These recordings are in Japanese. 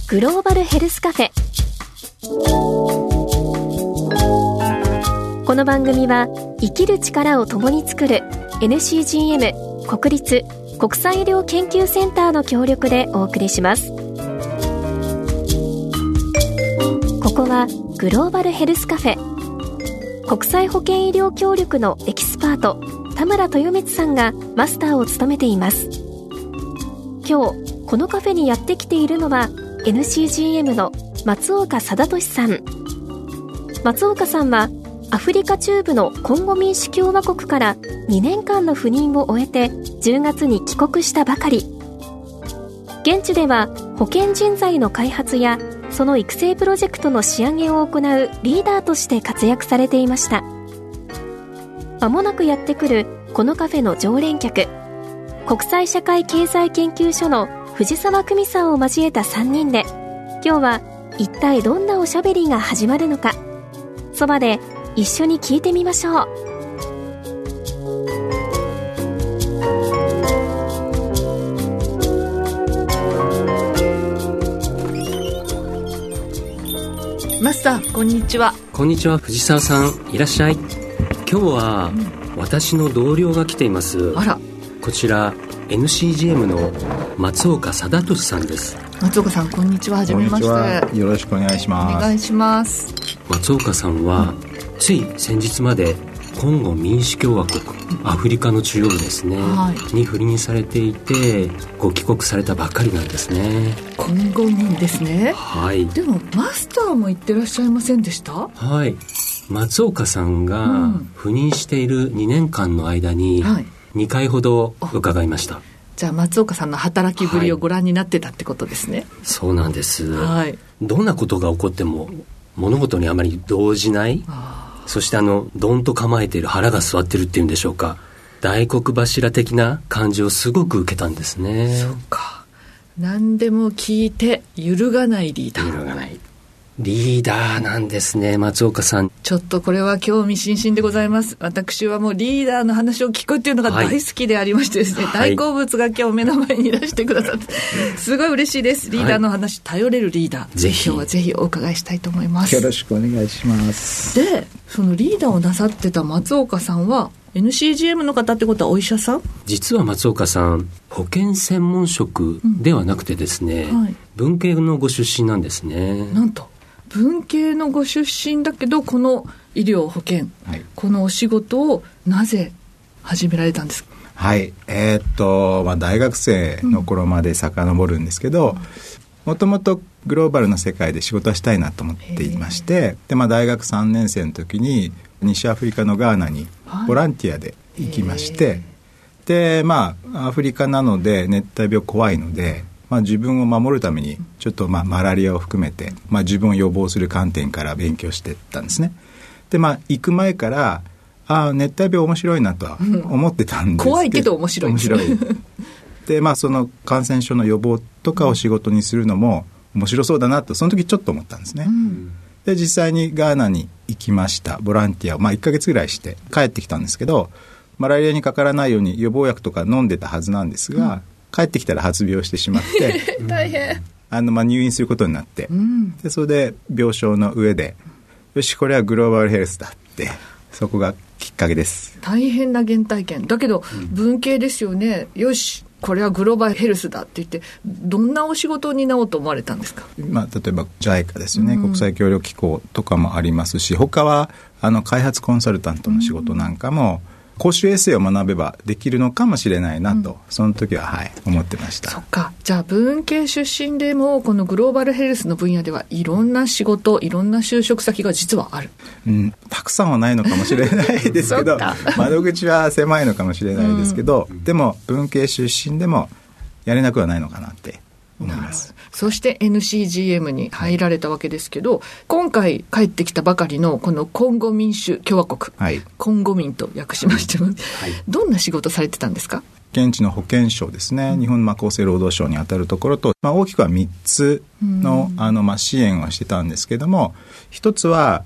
グローバルヘルスカフェ。この番組は生きる力を共に作る NCGM 国立国際医療研究センターの協力でお送りします。ここはグローバルヘルスカフェ。国際保健医療協力のエキスパート田村豊光さんがマスターを務めています。今日このカフェにやってきているのは NCGM の松岡貞俊さん。松岡さんはアフリカ中部のコンゴ民主共和国から2年間の赴任を終えて10月に帰国したばかり。現地では保健人材の開発やその育成プロジェクトの仕上げを行うリーダーとして活躍されていました。まもなくやってくるこのカフェの常連客、国際社会経済研究所の藤沢久美さんを交えた3人で、今日は一体どんなおしゃべりが始まるのか、そばで一緒に聞いてみましょう。 マスター、こんにちは。 こんにちは、藤沢さん、いらっしゃい。今日は、私の同僚が来ています。 あら、 こちら NCGM の松岡貞俊さんです。 松岡さん、こんにちは。はじめまして。 よろしくお願いします。 お願いします。 松岡さんは、つい先日までコンゴ民主共和国、アフリカの中央部ですね、に赴任されていて、ご帰国されたばっかりなんですね。 コンゴ民ですね。 はい。 でもマスターも行ってらっしゃいませんでした？ はい。松岡さんが赴任している2年間の間に2回ほど伺いました。 じゃあ松岡さんの働きぶりをご覧になってたってことですね。はい、 そうなんです。 はい。 どんなことが起こっても物事にあまり動じない。そしてどんと構えている、腹が据わってるっていうんでしょうか、大黒柱的な感じをすごく受けたんですね。 そうか。何でも聞いて揺るがないリーダー。 揺るがないリーダーなんですね、松岡さん。 ちょっとこれは興味津々でございます。私はもうリーダーの話を聞くっていうのが大好きでありましてですね、大好物が今日目の前にいらしてくださって、すごい嬉しいです。リーダーの話、頼れるリーダー、ぜひ今日はぜひお伺いしたいと思います。 よろしくお願いします。 で、そのリーダーをなさってた松岡さんは NCGM の方ってことはお医者さん？ 実は松岡さん、保健専門職ではなくてですね、文系のご出身なんですね。 なんと文系のご出身だけど、この医療保健、このお仕事をなぜ始められたんですか？ はい、大学生の頃まで遡るんですけど、もともとグローバルな世界で仕事はしたいなと思っていまして、で、大学3年生の時に西アフリカのガーナにボランティアで行きまして、で、アフリカなので熱帯病怖いので、自分を守るためにちょっとマラリアを含めて、自分を予防する観点から勉強していったんですね。で、行く前から熱帯病面白いなとは思ってたんですけど、 怖いけど面白い。 面白いで、その感染症の予防とかを仕事にするのも面白そうだなとその時ちょっと思ったんですね。で、実際にガーナに行きました。ボランティアを1ヶ月ぐらいして帰ってきたんですけど、マラリアにかからないように予防薬とか飲んでたはずなんですが、帰ってきたら発病してしまって大変。 入院することになって、で、それで病床の上で、よし、これはグローバルヘルスだって、そこがきっかけです。 大変な原体験だけど、文系ですよね。よし、これはグローバルヘルスだって言って、どんなお仕事を担おうと思われたんですか？ 例えば JICA ですよね、国際協力機構とかもありますし、他は開発コンサルタントの仕事なんかも、公衆衛生を学べばできるのかもしれないなと、その時は思ってました。 そっか。じゃあ文系出身でもこのグローバルヘルスの分野ではいろんな仕事、いろんな就職先が実はある。 たくさんはないのかもしれないですけど窓口は狭いのかもしれないですけど、でも文系出身でもやれなくはないのかなって思います。 そして NCGM に入られたわけですけど、今回帰ってきたばかりのこのコンゴ民主共和国、コンゴ民と訳しましても、どんな仕事されてたんですか？ 現地の保健省ですね、日本厚生労働省にあたるところと、大きくは3つの、支援をしてたんですけども、一つは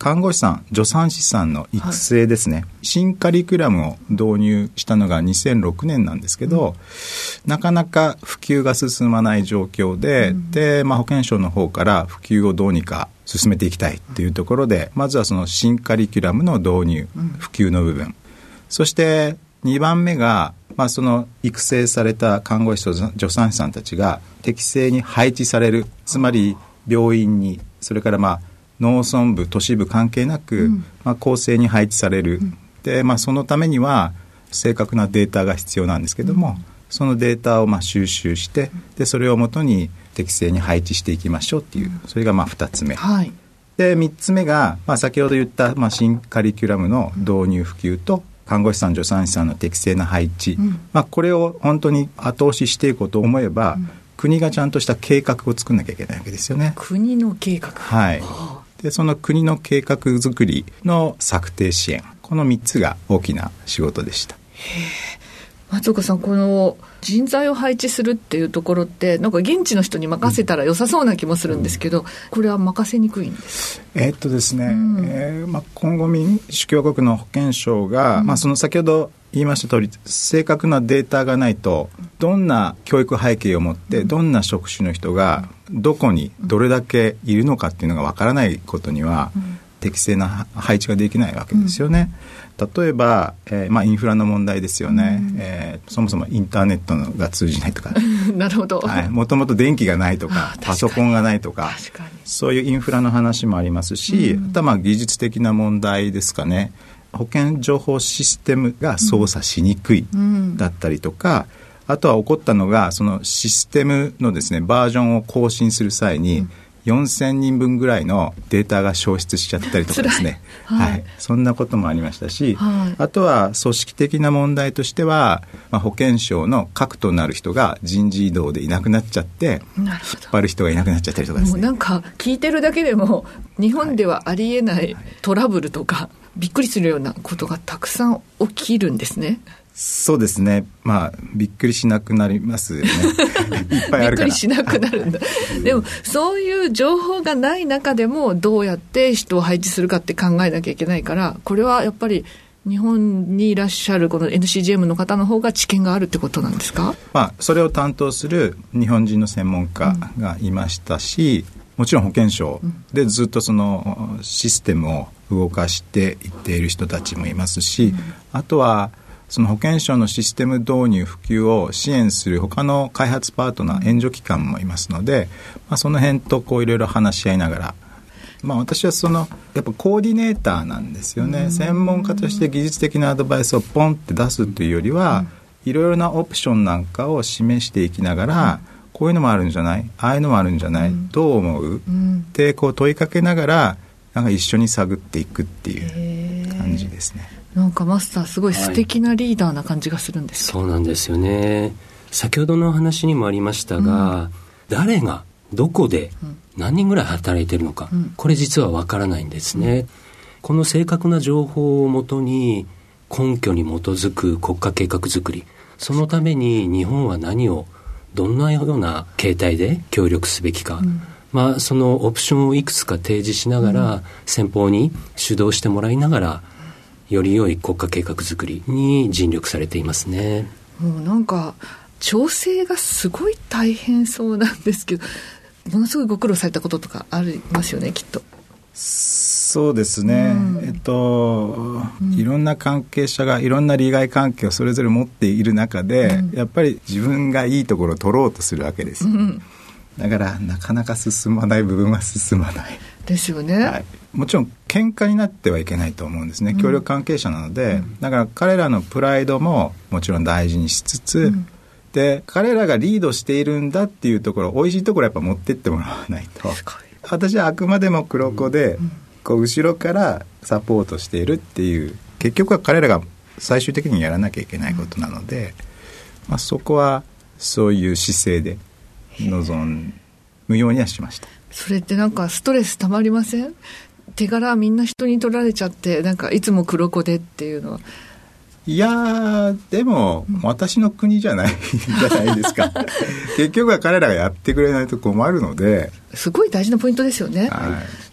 看護師さん、助産師さんの育成ですね、新カリキュラムを導入したのが2006年なんですけど、なかなか普及が進まない状況で、で、保健省の方から普及をどうにか進めていきたいというところで、まずはその新カリキュラムの導入、普及の部分、そして2番目が、その育成された看護師と助産師さんたちが適正に配置される、つまり病院に、それから農村部都市部関係なく、公正に配置される。で、そのためには正確なデータが必要なんですけども、そのデータを収集して、でそれをもとに適正に配置していきましょうっていう、それが2つ目、で3つ目が、先ほど言った、新カリキュラムの導入普及と看護師さん助産師さんの適正な配置、これを本当に後押ししていこうと思えば、国がちゃんとした計画を作んなきゃいけないわけですよね。 国の計画、 でその国の計画作りの策定支援、この3つが大きな仕事でした。 松岡さん、この人材を配置するっていうところってなんか現地の人に任せたら良さそうな気もするんですけど、これは任せにくいんですですね、今後民主共和国の保健省が、その先ほど言いました通り、正確なデータがないと、どんな教育背景を持ってどんな職種の人がどこにどれだけいるのかっていうのがわからないことには、適正な配置ができないわけですよね。例えば、インフラの問題ですよね、そもそもインターネットが通じないとかなるほど、 もともと電気がないとかパソコンがないとか、そういうインフラの話もありますし、あとは技術的な問題ですかね。保健情報システムが操作しにくいだったりとか、あとは起こったのが、そのシステムのですね、バージョンを更新する際に、4000人分ぐらいのデータが消失しちゃったりとかですね、そんなこともありましたし、あとは組織的な問題としては、保健省の核となる人が人事異動でいなくなっちゃって、引っ張る人がいなくなっちゃったりとかですね。 もうなんか聞いてるだけでも日本ではありえないトラブルとか、びっくりするようなことがたくさん起きるんですね。 そうですね、びっくりしなくなりますよねいっぱいあるからびっくりしなくなるんだでもそういう情報がない中でもどうやって人を配置するかって考えなきゃいけないから、これはやっぱり日本にいらっしゃるこの NCGM の方の方が知見があるってことなんですか？ それを担当する日本人の専門家がいましたし、もちろん保健省でずっとそのシステムを動かしていっている人たちもいますし、あとはその保健省のシステム導入普及を支援する他の開発パートナー、援助機関もいますので、その辺といろいろ話し合いながら、私はやっぱコーディネーターなんですよね。専門家として技術的なアドバイスをポンって出すというよりは、いろいろなオプションなんかを示していきながら、こういうのもあるんじゃない、ああいうのもあるんじゃない、どう思う、って問いかけながらなんか一緒に探っていくっていう感じですね。 なんかマスターすごい素敵なリーダーな感じがするんです、 そうなんですよね。先ほどの話にもありましたが、誰がどこで何人ぐらい働いているのか、これ実はわからないんですね。この正確な情報をもとに根拠に基づく国家計画づくり、そのために日本は何をどんなような形態で協力すべきか、そのオプションをいくつか提示しながら、先方に主導してもらいながらより良い国家計画づくりに尽力されていますね。 もうなんか調整がすごい大変そうなんですけど、ものすごいご苦労されたこととかありますよね、きっと。 そうですね、いろんな関係者がいろんな利害関係をそれぞれ持っている中で、やっぱり自分がいいところを取ろうとするわけですよ、だからなかなか進まない部分は進まないですよね、 もちろん喧嘩になってはいけないと思うんですね。協力関係者なので、だから彼らのプライドももちろん大事にしつつ、で彼らがリードしているんだっていうところ、美味しいところやっぱ持ってってもらわないと。私はあくまでも黒子で、後ろからサポートしているっていう、結局は彼らが最終的にやらなきゃいけないことなので、そこはそういう姿勢で臨むようにはしました。 それってなんかストレスたまりません？手柄みんな人に取られちゃって、なんかいつも黒子でっていうのは。 いやでも、私の国じゃないじゃないですか結局は彼らがやってくれないと困るので、 すごい大事なポイントですよね、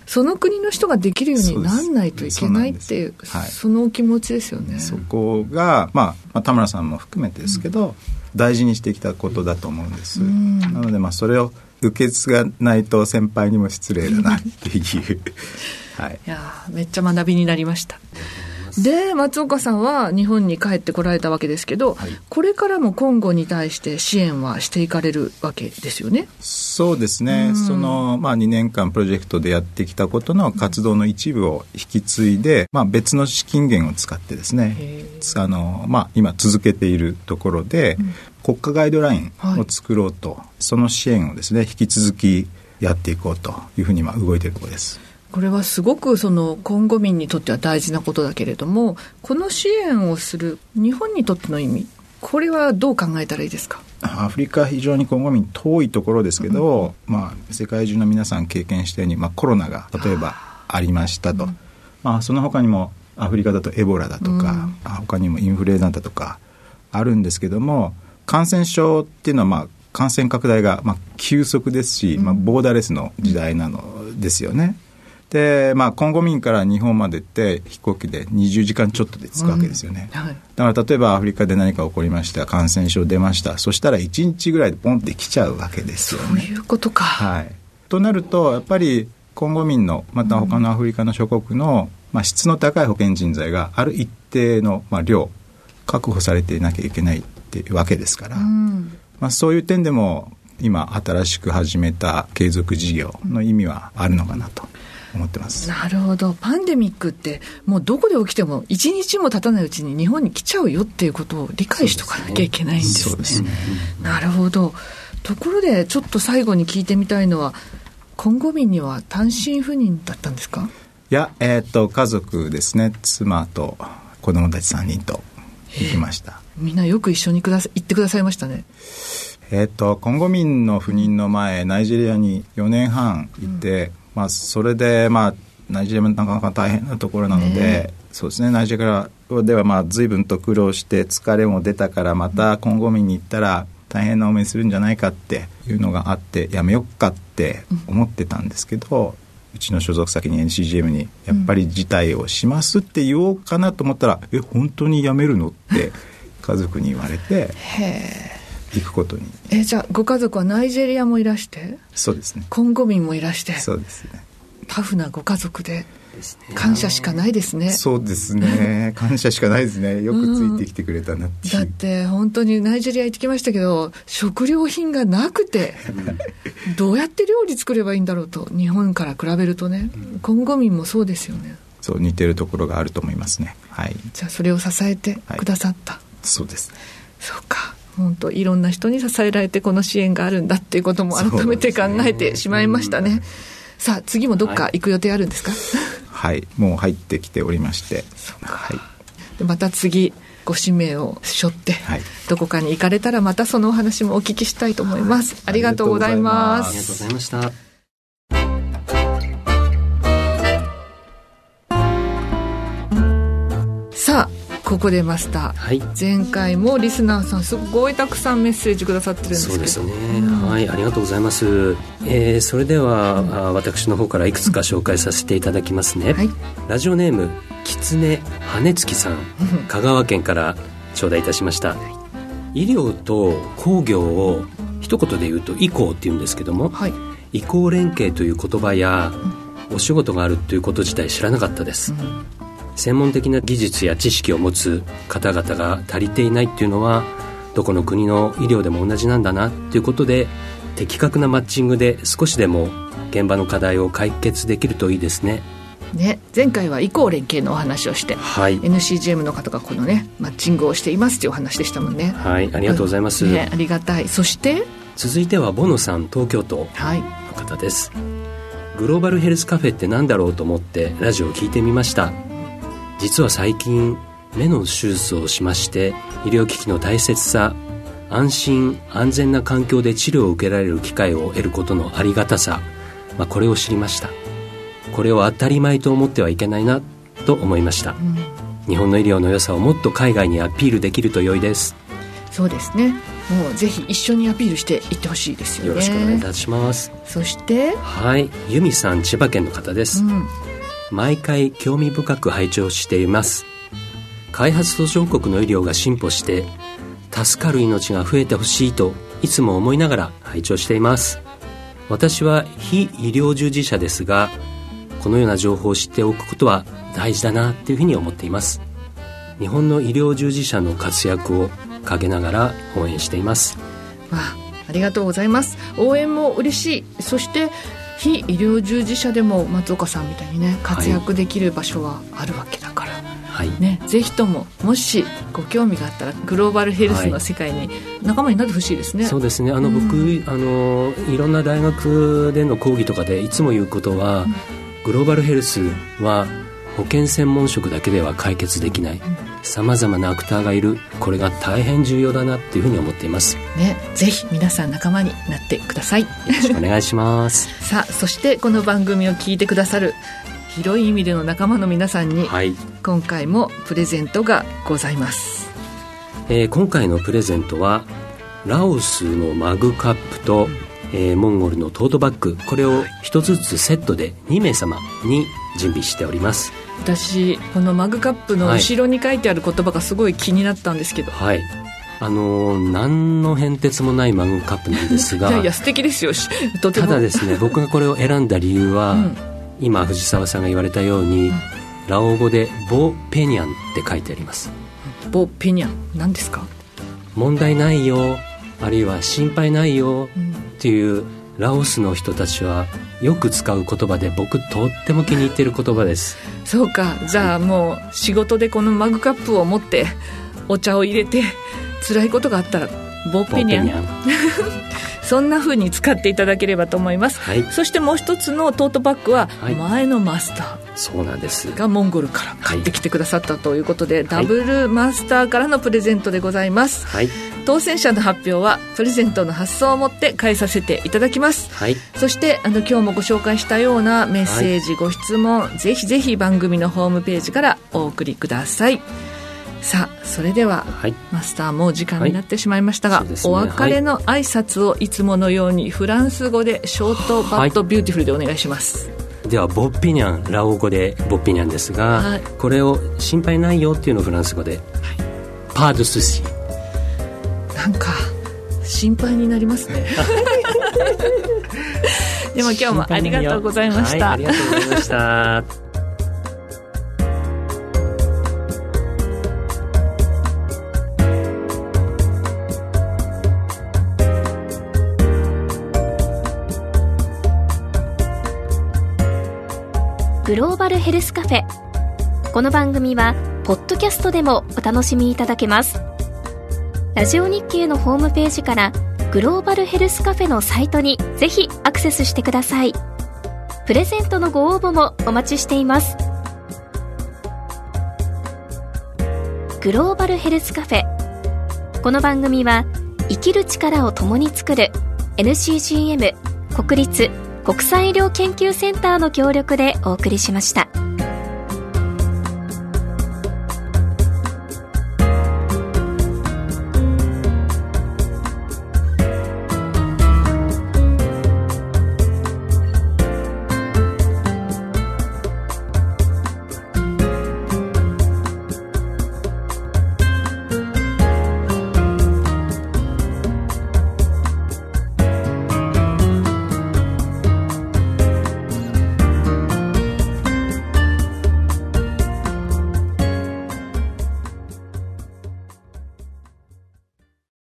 その国の人ができるようにならないといけないっていう、そのお気持ちですよね。 そこが、田村さんも含めてですけど、大事にしてきたことだと思うんです。なのでそれを受け継がないと先輩にも失礼だなっていうはい、 いやめっちゃ学びになりました。で松岡さんは日本に帰ってこられたわけですけど、これからもコンゴに対して支援はしていかれるわけですよね。 そうですね、その、2年間プロジェクトでやってきたことの活動の一部を引き継いで、別の資金源を使ってですね、今続けているところで、国家ガイドラインを作ろうと、その支援をですね引き続きやっていこうというふうに動いているところです。 これはすごくそのコンゴ民にとっては大事なことだけれども、この支援をする日本にとっての意味、これはどう考えたらいいですか。 アフリカは非常にコンゴ民遠いところですけど、世界中の皆さん経験したように、コロナが例えばありましたと、その他にもアフリカだとエボラだとか、他にもインフルエンザだとかあるんですけども、感染症っていうのは感染拡大が急速ですし、ボーダーレスの時代なのですよね。でコンゴ民から日本までって飛行機で20時間ちょっとで着くわけですよね、だから例えばアフリカで何か起こりました、感染症出ました、そしたら1日ぐらいでポンって来ちゃうわけですよね。 そういうことか、 となるとやっぱりコンゴ民のまた他のアフリカの諸国の、質の高い保健人材がある一定の、量確保されていなきゃいけないっていうわけですから、そういう点でも今新しく始めた継続事業の意味はあるのかなと思ってます。 なるほど。パンデミックってもうどこで起きても1日も経たないうちに日本に来ちゃうよっていうことを理解しとかなきゃいけないんですね。そうですね。なるほど。ところでちょっと最後に聞いてみたいのは、コンゴ民には単身赴任だったんですか。 いや、家族ですね。妻と子供たち3人と行きました。 みんなよく一緒に行ってくださいましたね。 コンゴ民の赴任の前、ナイジェリアに4年半いて、それでナイジェリアもなかなか大変なところなので、そうですね、ナイジェリアでは随分と苦労して疲れも出たから、またコンゴ民に行ったら大変な思いするんじゃないかっていうのがあって、やめよっかって思ってたんですけど、うちの所属先に NCGM にやっぱり辞退をしますって言おうかなと思ったら、本当に辞めるのって家族に言われて行くことに。 じゃあご家族はナイジェリアもいらして、 そうですね、 コンゴ民もいらして、 そうですね、 タフなご家族で感謝しかないですね。 そうですね、感謝しかないですね。よくついてきてくれたなっていう、 だって本当にナイジェリア行ってきましたけど、食料品がなくてどうやって料理作ればいいんだろうと、日本から比べるとね、コンゴ民もそうですよね。 そう似てるところがあると思いますね、 じゃあそれを支えてくださった、 そうですね。 そうか、本当いろんな人に支えられてこの支援があるんだっていうことも改めて考えてしまいましたね。さあ次もどっか行く予定あるんですか。 もう入ってきておりまして、 でまた次ご使命を背負って、どこかに行かれたらまたそのお話もお聞きしたいと思います。ありがとうございます。 ありがとうございました。 さあここでマスター、前回もリスナーさんすごいたくさんメッセージくださってるんですけど。 そうですね、ありがとうございます。それでは、私の方からいくつか紹介させていただきますね、ラジオネームきつね羽根月さん香川県から頂戴いたしました。医療と工業を一言で言うと医工っていうんですけども、医工連携という言葉やお仕事があるということ自体知らなかったです、専門的な技術や知識を持つ方々が足りていないっていうのはどこの国の医療でも同じなんだなということで、的確なマッチングで少しでも現場の課題を解決できるといいですね。 前回は医工連携のお話をして、NCGM の方がこのマッチングをしていますというお話でしたもんね。 ありがとうございます、 ありがたい。そして続いてはボノさん、東京都の方です、グローバルヘルスカフェって何だろうと思ってラジオを聞いてみました。実は最近目の手術をしまして、医療機器の大切さ、安心安全な環境で治療を受けられる機会を得ることのありがたさ、これを知りました。これを当たり前と思ってはいけないなと思いました、 うん、 日本の医療の良さをもっと海外にアピールできると良いです。 そうですね。 もうぜひ一緒にアピールしていってほしいですよね。 よろしくお願いいたします。 そして由美さん、千葉県の方です、毎回興味深く拝聴しています。開発途上国の医療が進歩して助かる命が増えてほしいといつも思いながら拝聴しています。私は非医療従事者ですが、このような情報を知っておくことは大事だなというふうに思っています。日本の医療従事者の活躍を陰ながら応援しています。 ありがとうございます。応援も嬉しい。そして非医療従事者でも松岡さんみたいにね活躍できる場所はあるわけだから、ぜひとももしご興味があったらグローバルヘルスの世界に仲間になってほしいですね。 そうですね。僕いろんな大学での講義とかでいつも言うことは、グローバルヘルスは保健専門職だけでは解決できない、さまざまなアクターがいる。これが大変重要だなっていうふうに思っています、 ぜひ皆さん仲間になってください。よろしくお願いしますさあ、そしてこの番組を聞いてくださる広い意味での仲間の皆さんに、今回もプレゼントがございます、 今回のプレゼントはラオスのマグカップと、モンゴルのトートバッグ、これを一つずつセットで2名様に準備しております。 私このマグカップの後ろに書いてある言葉がすごい気になったんですけど、 何の変哲もないマグカップなんですがいや素敵ですよ。とてもただですね、僕がこれを選んだ理由は、今藤沢さんが言われたように、ラオ語でボペニャンって書いてあります。 ボペニャン何ですか？ 問題ないよ、あるいは心配ないよっていうラオスの人たちはよく使う言葉で、僕とっても気に入っている言葉です。 そうか、じゃあもう仕事でこのマグカップを持ってお茶を入れて辛いことがあったらボペニャンそんな風に使っていただければと思います、そしてもう一つのトートバッグは前のマスター、 そうなんですがモンゴルから買ってきてくださったということで、ダブルマスターからのプレゼントでございます、当選者の発表はプレゼントの発送をもって返させていただきます、そして今日もご紹介したようなメッセージ、ご質問、ぜひぜひ番組のホームページからお送りください。さあ、それでは、マスターもう時間になってしまいましたが、お別れの挨拶をいつものようにフランス語でショートバッドビューティフルでお願いします、 ではボッピニャン、ラオ語でボッピニャンですが、これを心配ないよっていうのをフランス語で、パードスシ、 なんか心配になりますねでも今日もありがとうございました、 ありがとうございましたグローバルヘルスカフェ。この番組はポッドキャストでもお楽しみいただけます。ラジオ日経のホームページからグローバルヘルスカフェのサイトにぜひアクセスしてください。プレゼントのご応募もお待ちしています。グローバルヘルスカフェ。この番組は生きる力を共に作る NCGM 国立国際医療研究センターの協力でお送りしました。